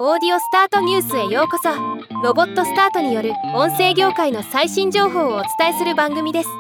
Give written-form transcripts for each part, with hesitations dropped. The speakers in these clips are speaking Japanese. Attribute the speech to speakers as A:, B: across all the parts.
A: オーディオスタートニュースへようこそ。ロボットスタートによる音声業界の最新情報をお伝えする番組です。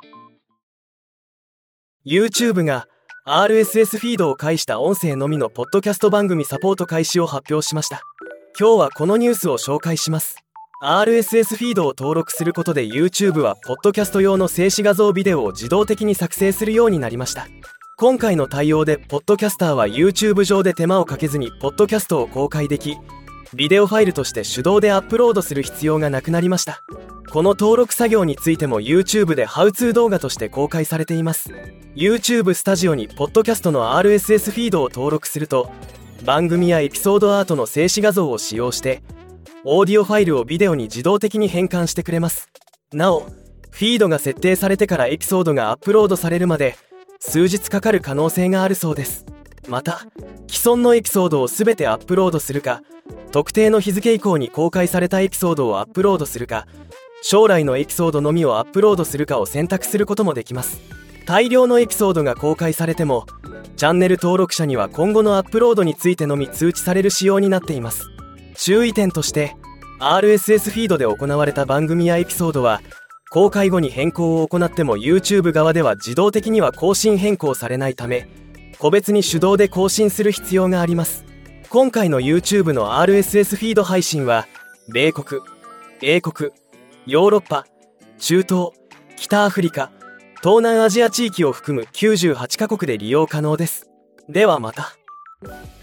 B: YouTube が RSS フィードを介した音声のみのポッドキャスト番組サポート開始を発表しました。今日はこのニュースを紹介します。 RSS フィードを登録することで YouTube はポッドキャスト用の静止画像ビデオを自動的に作成するようになりました。今回の対応でポッドキャスターは YouTube 上で手間をかけずにポッドキャストを公開でき、ビデオファイルとして手動でアップロードする必要がなくなりました。この登録作業についても YouTube でハウツー動画として公開されています。 YouTube スタジオにポッドキャストの RSS フィードを登録すると、番組やエピソードアートの静止画像を使用してオーディオファイルをビデオに自動的に変換してくれます。なお、フィードが設定されてからエピソードがアップロードされるまで数日かかる可能性があるそうです。また、既存のエピソードを全てアップロードするか、特定の日付以降に公開されたエピソードをアップロードするか、将来のエピソードのみをアップロードするかを選択することもできます。大量のエピソードが公開されても、チャンネル登録者には今後のアップロードについてのみ通知される仕様になっています。注意点として、RSS フィードで行われた番組やエピソードは公開後に変更を行っても YouTube 側では自動的には更新変更されないため、個別に手動で更新する必要があります。今回の YouTube の RSS フィード配信は米国、英国、ヨーロッパ、中東、北アフリカ、東南アジア地域を含む98カ国で利用可能です。ではまた。